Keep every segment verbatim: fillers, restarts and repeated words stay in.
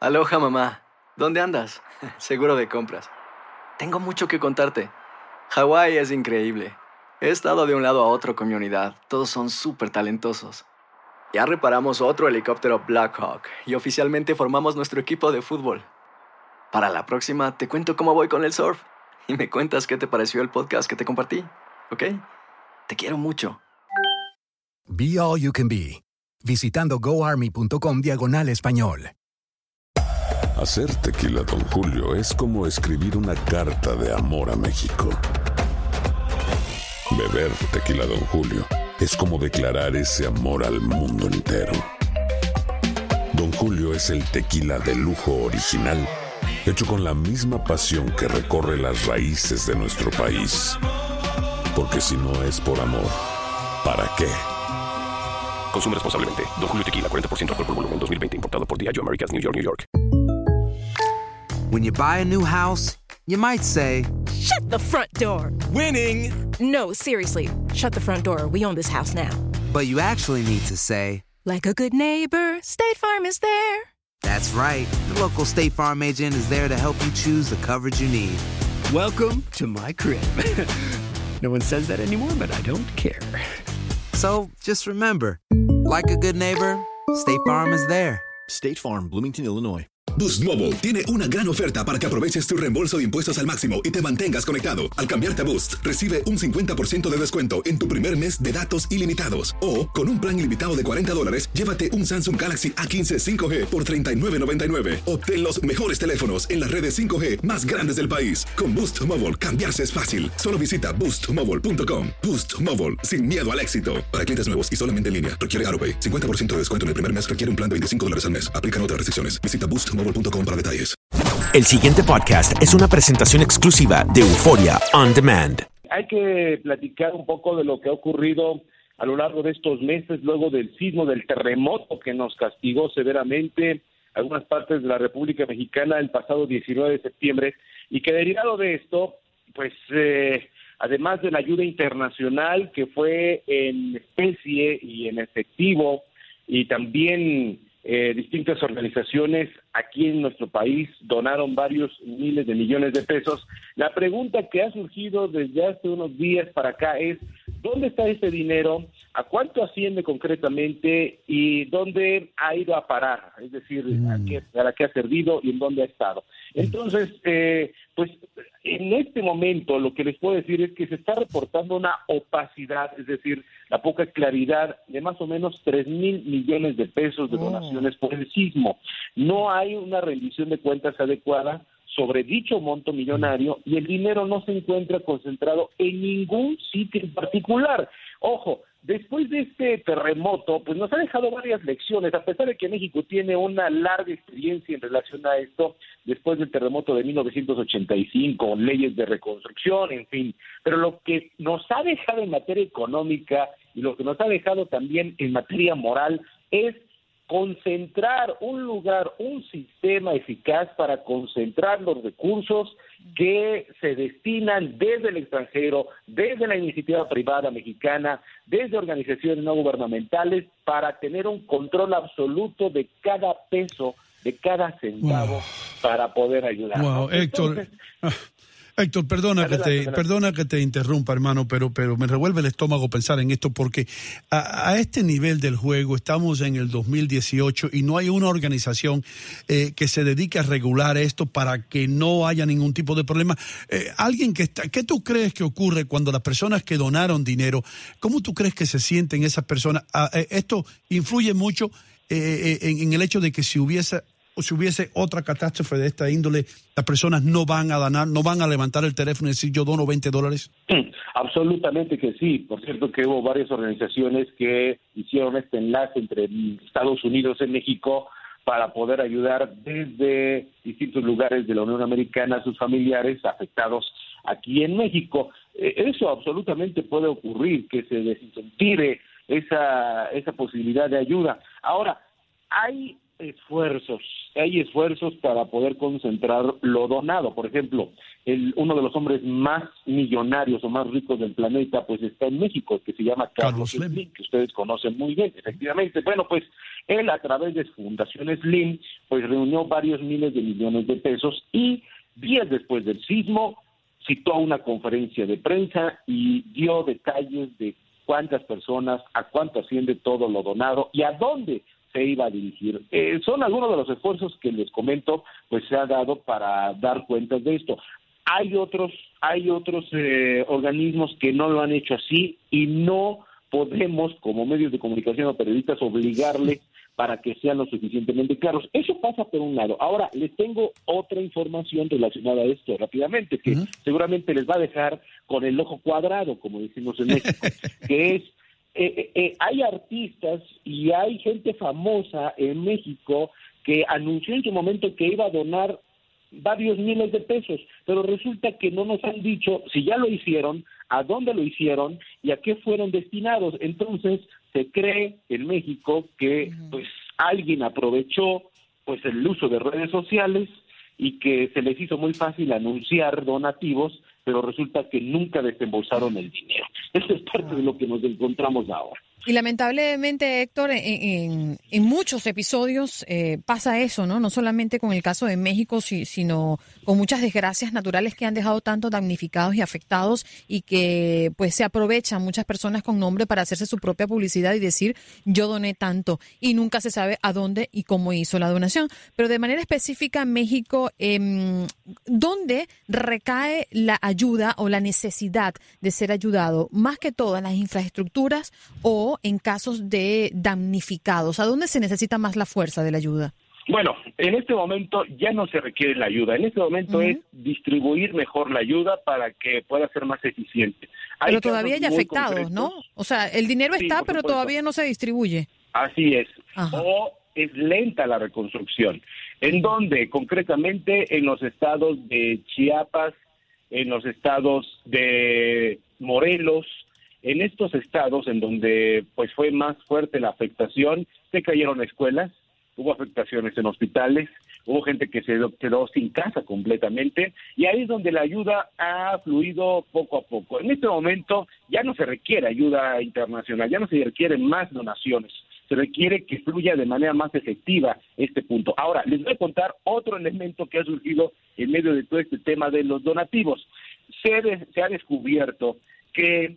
Aloha, mamá. ¿Dónde andas? Seguro de compras. Tengo mucho que contarte. Hawái es increíble. He estado de un lado a otro con mi unidad. Todos son súper talentosos. Ya reparamos otro helicóptero Blackhawk y oficialmente formamos nuestro equipo de fútbol. Para la próxima te cuento cómo voy con el surf y me cuentas qué te pareció el podcast que te compartí, ¿ok? Te quiero mucho. Be All You Can Be, visitando goarmy.com diagonal español. Hacer tequila Don Julio es como escribir una carta de amor a México. Beber tequila Don Julio es como declarar ese amor al mundo entero. Don Julio es el tequila de lujo original, hecho con la misma pasión que recorre las raíces de nuestro país. Porque si no es por amor, ¿para qué? Consume responsablemente. Don Julio Tequila, cuarenta por ciento alcohol por volumen, dos mil veinte. Importado por Diageo Americas, New York, New York. When you buy a new house, you might say, "Shut the front door." Winning! No, seriously. Shut the front door. We own this house now. But you actually need to say, like a good neighbor, State Farm is there. That's right. The local State Farm agent is there to help you choose the coverage you need. Welcome to my crib. No one says that anymore, but I don't care. So, just remember, like a good neighbor, State Farm is there. State Farm, Bloomington, Illinois. Boost Mobile tiene una gran oferta para que aproveches tu reembolso de impuestos al máximo y te mantengas conectado. Al cambiarte a Boost, recibe un cincuenta por ciento de descuento en tu primer mes de datos ilimitados. O, con un plan ilimitado de cuarenta dólares, llévate un Samsung Galaxy A quince cinco G por treinta y nueve noventa y nueve. Obtén los mejores teléfonos en las redes cinco G más grandes del país. Con Boost Mobile, cambiarse es fácil. Solo visita boost mobile punto com. Boost Mobile, sin miedo al éxito. Para clientes nuevos y solamente en línea, requiere AutoPay. cincuenta por ciento de descuento en el primer mes, requiere un plan de veinticinco dólares al mes. Aplican otras restricciones. Visita boost mobile punto com para detalles. El siguiente podcast es una presentación exclusiva de Euforia On Demand. Hay que platicar un poco de lo que ha ocurrido a lo largo de estos meses, luego del sismo, del terremoto que nos castigó severamente algunas partes de la República Mexicana el pasado diecinueve de septiembre, y que derivado de esto, pues eh, además de la ayuda internacional que fue en especie y en efectivo, y también Eh, distintas organizaciones aquí en nuestro país donaron varios miles de millones de pesos. La pregunta que ha surgido desde hace unos días para acá es, ¿dónde está ese dinero? ¿A cuánto asciende concretamente? ¿Y dónde ha ido a parar? Es decir, mm. ¿a qué, a qué ha servido y en dónde ha estado? Entonces, eh, pues en este momento lo que les puedo decir es que se está reportando una opacidad, es decir, la poca claridad de más o menos tres mil millones de pesos de donaciones oh. por el sismo. No hay una rendición de cuentas adecuada sobre dicho monto millonario y el dinero no se encuentra concentrado en ningún sitio en particular. Ojo, después de este terremoto, pues nos ha dejado varias lecciones, a pesar de que México tiene una larga experiencia en relación a esto, después del terremoto de mil novecientos ochenta y cinco, leyes de reconstrucción, en fin, pero lo que nos ha dejado en materia económica y lo que nos ha dejado también en materia moral es concentrar un lugar, un sistema eficaz para concentrar los recursos que se destinan desde el extranjero, desde la iniciativa privada mexicana, desde organizaciones no gubernamentales, para tener un control absoluto de cada peso, de cada centavo, wow. para poder ayudar. Wow, Héctor... Entonces, Héctor, perdona que te, perdona que te interrumpa, hermano, pero, pero me revuelve el estómago pensar en esto porque a, a este nivel del juego estamos en el dos mil dieciocho y no hay una organización eh, que se dedique a regular esto para que no haya ningún tipo de problema. Eh, alguien que está, ¿qué tú crees que ocurre cuando las personas que donaron dinero, cómo tú crees que se sienten esas personas? Ah, eh, esto influye mucho eh, en, en el hecho de que si hubiese o si hubiese otra catástrofe de esta índole, las personas no van a donar, no van a levantar el teléfono y decir yo dono veinte dólares? Absolutamente que sí. Por cierto que hubo varias organizaciones que hicieron este enlace entre Estados Unidos y México para poder ayudar desde distintos lugares de la Unión Americana a sus familiares afectados aquí en México. Eso absolutamente puede ocurrir, que se desincentive esa, esa posibilidad de ayuda. Ahora, hay esfuerzos, hay esfuerzos para poder concentrar lo donado. Por ejemplo, el, uno de los hombres más millonarios o más ricos del planeta, pues está en México, que se llama Carlos, Carlos Slim, que ustedes conocen muy bien, efectivamente. Bueno, pues él a través de Fundación Slim, pues reunió varios miles de millones de pesos y días después del sismo citó a una conferencia de prensa y dio detalles de cuántas personas, a cuánto asciende todo lo donado y a dónde se iba a dirigir. Eh, son algunos de los esfuerzos que les comento, pues se ha dado para dar cuentas de esto. Hay otros, hay otros eh, organismos que no lo han hecho así y no podemos, como medios de comunicación o periodistas, obligarles para que sean lo suficientemente claros. Eso pasa por un lado. Ahora, les tengo otra información relacionada a esto rápidamente, que uh-huh. seguramente les va a dejar con el ojo cuadrado, como decimos en México, que es, eh, eh, hay artistas y hay gente famosa en México que anunció en su momento que iba a donar varios miles de pesos, pero resulta que no nos han dicho si ya lo hicieron, a dónde lo hicieron y a qué fueron destinados. Entonces se cree en México que uh-huh. pues alguien aprovechó pues el uso de redes sociales y que se les hizo muy fácil anunciar donativos, pero resulta que nunca desembolsaron el dinero. Eso es parte de lo que nos encontramos ahora. Y lamentablemente, Héctor, en, en, en muchos episodios eh, pasa eso, ¿no? No solamente con el caso de México, si, sino con muchas desgracias naturales que han dejado tantos damnificados y afectados y que pues se aprovechan muchas personas con nombre para hacerse su propia publicidad y decir yo doné tanto y nunca se sabe a dónde y cómo hizo la donación. Pero de manera específica, México, eh, ¿dónde recae la ayuda o la necesidad de ser ayudado? Más que todo en las infraestructuras o en casos de damnificados. ¿A dónde se necesita más la fuerza de la ayuda? Bueno, en este momento ya no se requiere la ayuda. En este momento uh-huh. es distribuir mejor la ayuda para que pueda ser más eficiente. Hay pero todavía hay afectados, concretos. ¿No? O sea, el dinero sí, está, pero todavía no se distribuye. Así es. Ajá. O es lenta la reconstrucción. ¿En dónde? Concretamente en los estados de Chiapas, en los estados de Morelos. En estos estados en donde pues fue más fuerte la afectación, se cayeron escuelas, hubo afectaciones en hospitales, hubo gente que se quedó sin casa completamente, y ahí es donde la ayuda ha fluido poco a poco. En este momento ya no se requiere ayuda internacional, ya no se requieren más donaciones, se requiere que fluya de manera más efectiva este punto. Ahora, les voy a contar otro elemento que ha surgido en medio de todo este tema de los donativos. Se, de, se ha descubierto que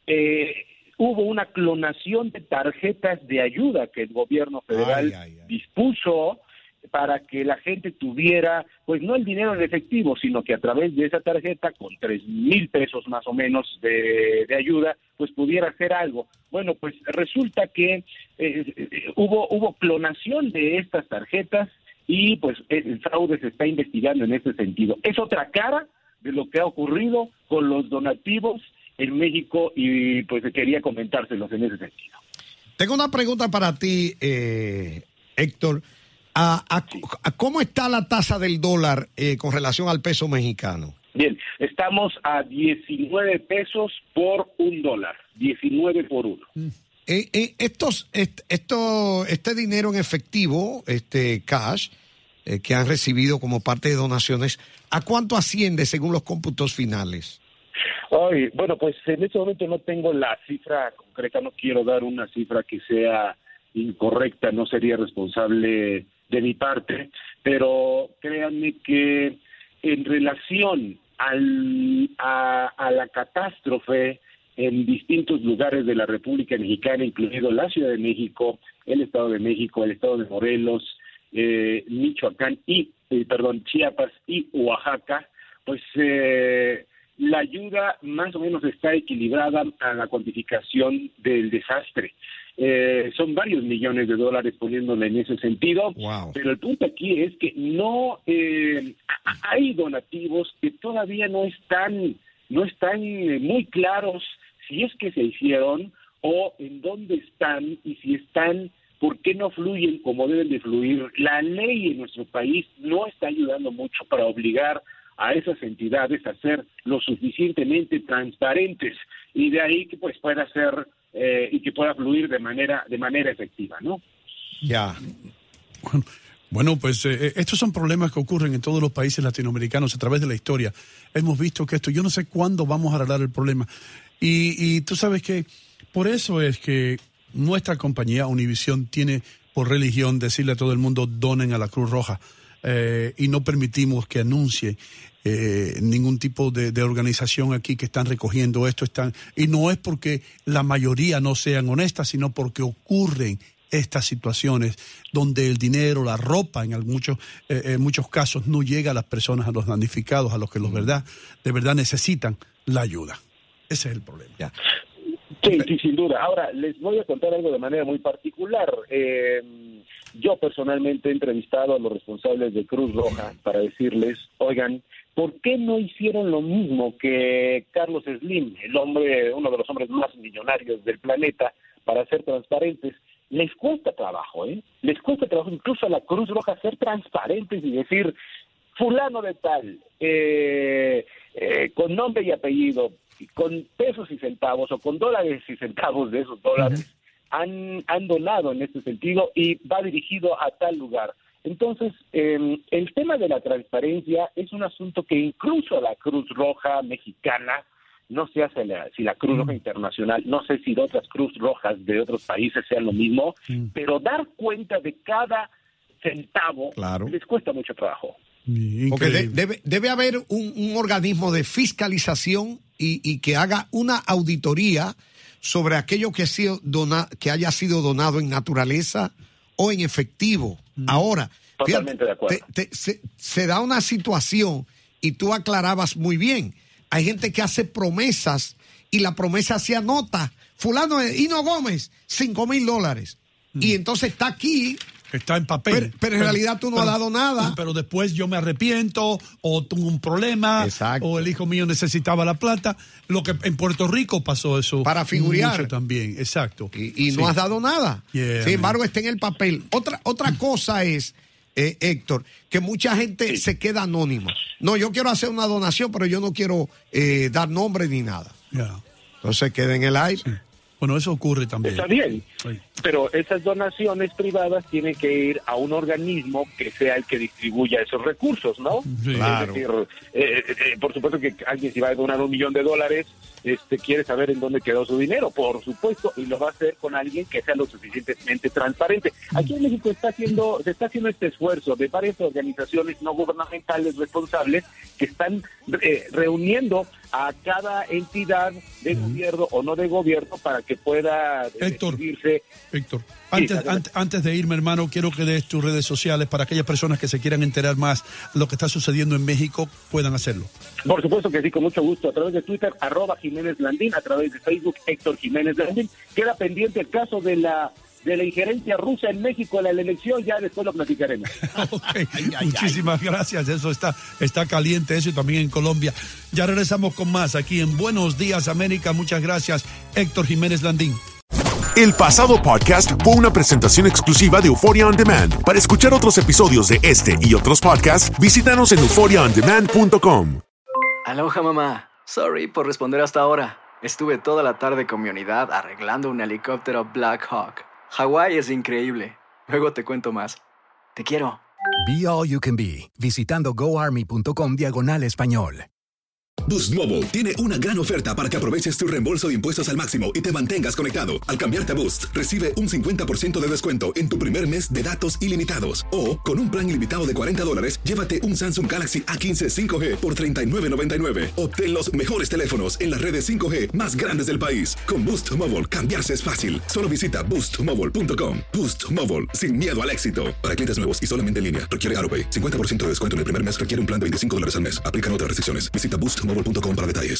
Eh, hubo una clonación de tarjetas de ayuda que el gobierno federal ay, ay, ay. dispuso para que la gente tuviera, pues no el dinero en efectivo, sino que a través de esa tarjeta, con tres mil pesos más o menos de, de ayuda, pues pudiera hacer algo. Bueno, pues resulta que eh, hubo, hubo clonación de estas tarjetas y pues el fraude se está investigando en ese sentido. Es otra cara de lo que ha ocurrido con los donativos en México y pues quería comentárselos en ese sentido. Tengo una pregunta para ti, eh, Héctor. ¿A, a, sí. a ¿Cómo está la tasa del dólar eh, con relación al peso mexicano? Bien, estamos a diecinueve pesos por un dólar, diecinueve por uno. Mm. Eh, eh, estos, est, esto, este dinero en efectivo, este cash, eh, que han recibido como parte de donaciones, ¿a cuánto asciende según los cómputos finales? Ay, bueno, pues en este momento no tengo la cifra concreta, no quiero dar una cifra que sea incorrecta, no sería responsable de mi parte, pero créanme que en relación al, a, a la catástrofe en distintos lugares de la República Mexicana, incluido la Ciudad de México, el Estado de México, el Estado de Morelos, eh, Michoacán y, eh, perdón, Chiapas y Oaxaca, pues eh, la ayuda más o menos está equilibrada a la cuantificación del desastre. Eh, son varios millones de dólares poniéndole en ese sentido, wow. Pero el punto aquí es que no eh, hay donativos que todavía no están, no están muy claros si es que se hicieron o en dónde están y si están, por qué no fluyen como deben de fluir. La ley en nuestro país no está ayudando mucho para obligar a esas entidades a ser lo suficientemente transparentes y de ahí que pues pueda ser eh, y que pueda fluir de manera de manera efectiva, ¿no? Ya. Bueno, bueno pues eh, estos son problemas que ocurren en todos los países latinoamericanos a través de la historia. Hemos visto que esto, yo no sé cuándo vamos a arreglar el problema. Y, y tú sabes que por eso es que nuestra compañía Univision tiene por religión decirle a todo el mundo donen a la Cruz Roja eh, y no permitimos que anuncie eh, ningún tipo de, de organización aquí que están recogiendo esto. Están, y no es porque la mayoría no sean honestas, sino porque ocurren estas situaciones donde el dinero, la ropa, en muchos, eh, en muchos casos no llega a las personas, a los damnificados, a los que los verdad, de verdad necesitan la ayuda. Ese es el problema. Ya. Sí, sí, sin duda. Ahora, les voy a contar algo de manera muy particular. Eh, yo personalmente he entrevistado a los responsables de Cruz Roja para decirles, oigan, ¿por qué no hicieron lo mismo que Carlos Slim, el hombre, uno de los hombres más millonarios del planeta, para ser transparentes? Les cuesta trabajo, ¿eh? Les cuesta trabajo incluso a la Cruz Roja ser transparentes y decir, fulano de tal, eh, eh, con nombre y apellido, con pesos y centavos o con dólares y centavos de esos dólares, uh-huh. han, han donado en este sentido y va dirigido a tal lugar. Entonces, eh, el tema de la transparencia es un asunto que incluso a la Cruz Roja mexicana, no sé si la, si la Cruz uh-huh. Roja internacional, no sé si de otras Cruz Rojas de otros países sean lo mismo, uh-huh. pero dar cuenta de cada centavo claro. les cuesta mucho trabajo. Increíble. Porque de, debe, debe haber un, un organismo de fiscalización y, y que haga una auditoría sobre aquello que, ha sido dona, que haya sido donado en naturaleza o en efectivo. Mm. Ahora, totalmente fíjate, de acuerdo. Te, te, se, se da una situación y tú aclarabas muy bien. Hay gente que hace promesas y la promesa se anota. Fulano de Hino Gómez, cinco mil dólares. Mm. Y entonces está aquí. Está en papel. Pero, pero en pero, realidad tú no pero, has dado nada. Pero después yo me arrepiento, o tuve un problema, Exacto. o el hijo mío necesitaba la plata. Lo que en Puerto Rico pasó eso. Para figurar. Mucho también, exacto. Y, y sí. no has dado nada. Yeah, Sin embargo, está en el papel. Otra, otra cosa es, eh, Héctor, que mucha gente sí. se queda anónima. No, yo quiero hacer una donación, pero yo no quiero eh, dar nombre ni nada. Yeah. Entonces queda en el aire. Sí. Bueno, eso ocurre también. Está bien, sí. Pero esas donaciones privadas tienen que ir a un organismo que sea el que distribuya esos recursos, ¿no? Sí. Claro. Es decir, eh, eh, por supuesto que alguien si va a donar un millón de dólares, este, quiere saber en dónde quedó su dinero, por supuesto, y lo va a hacer con alguien que sea lo suficientemente transparente. Aquí en México está haciendo, se está haciendo este esfuerzo de varias organizaciones no gubernamentales responsables que están eh, reuniendo a cada entidad de uh-huh. gobierno o no de gobierno para que pueda Héctor, decidirse. Héctor, antes, sí, antes, antes de irme, hermano, quiero que des tus redes sociales para aquellas personas que se quieran enterar más de lo que está sucediendo en México, puedan hacerlo. Por supuesto que sí, con mucho gusto. A través de Twitter, arroba Jiménez Landín, a través de Facebook, Héctor Jiménez Landín. Queda pendiente el caso de la de la injerencia rusa en México en la elección, ya después lo platicaremos. Okay. ay, ay, Muchísimas ay. gracias, eso está, está caliente, eso y también en Colombia. Ya regresamos con más aquí en Buenos Días América. Muchas gracias, Héctor Jiménez Landín. El pasado podcast fue una presentación exclusiva de Euphoria On Demand. Para escuchar otros episodios de este y otros podcasts, visítanos en euphoria on demand punto com. Aloha, mamá. Sorry por responder hasta ahora. Estuve toda la tarde con mi unidad arreglando un helicóptero Black Hawk. Hawái es increíble. Luego te cuento más. Te quiero. Be All You Can Be, visitando goarmy.com diagonal español. Boost Mobile tiene una gran oferta para que aproveches tu reembolso de impuestos al máximo y te mantengas conectado. Al cambiarte a Boost, recibe un cincuenta por ciento de descuento en tu primer mes de datos ilimitados. O, con un plan ilimitado de cuarenta dólares, llévate un Samsung Galaxy A quince cinco G por treinta y nueve noventa y nueve. Obtén los mejores teléfonos en las redes cinco G más grandes del país. Con Boost Mobile, cambiarse es fácil. Solo visita boost mobile punto com. Boost Mobile, sin miedo al éxito. Para clientes nuevos y solamente en línea, requiere AutoPay. cincuenta por ciento de descuento en el primer mes requiere un plan de veinticinco dólares al mes. Aplican otras restricciones. Visita boost mobile punto com para detalles.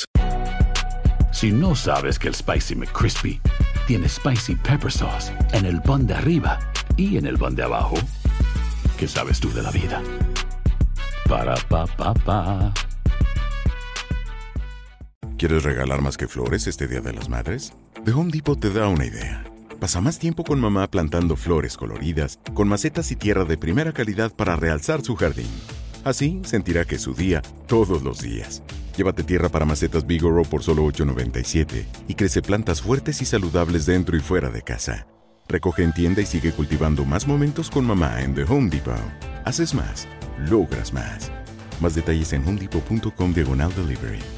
Si no sabes que el Spicy McCrispy tiene Spicy Pepper Sauce en el pan de arriba y en el pan de abajo, ¿qué sabes tú de la vida? Para, pa, pa, pa. ¿Quieres regalar más que flores este Día de las Madres? The Home Depot te da una idea. Pasa más tiempo con mamá plantando flores coloridas, con macetas y tierra de primera calidad para realzar su jardín. Así sentirá que es su día todos los días. Llévate tierra para macetas Bigoro por solo ocho noventa y siete y crece plantas fuertes y saludables dentro y fuera de casa. Recoge en tienda y sigue cultivando más momentos con mamá en The Home Depot. Haces más, logras más. Más detalles en homedepot.com diagonal delivery.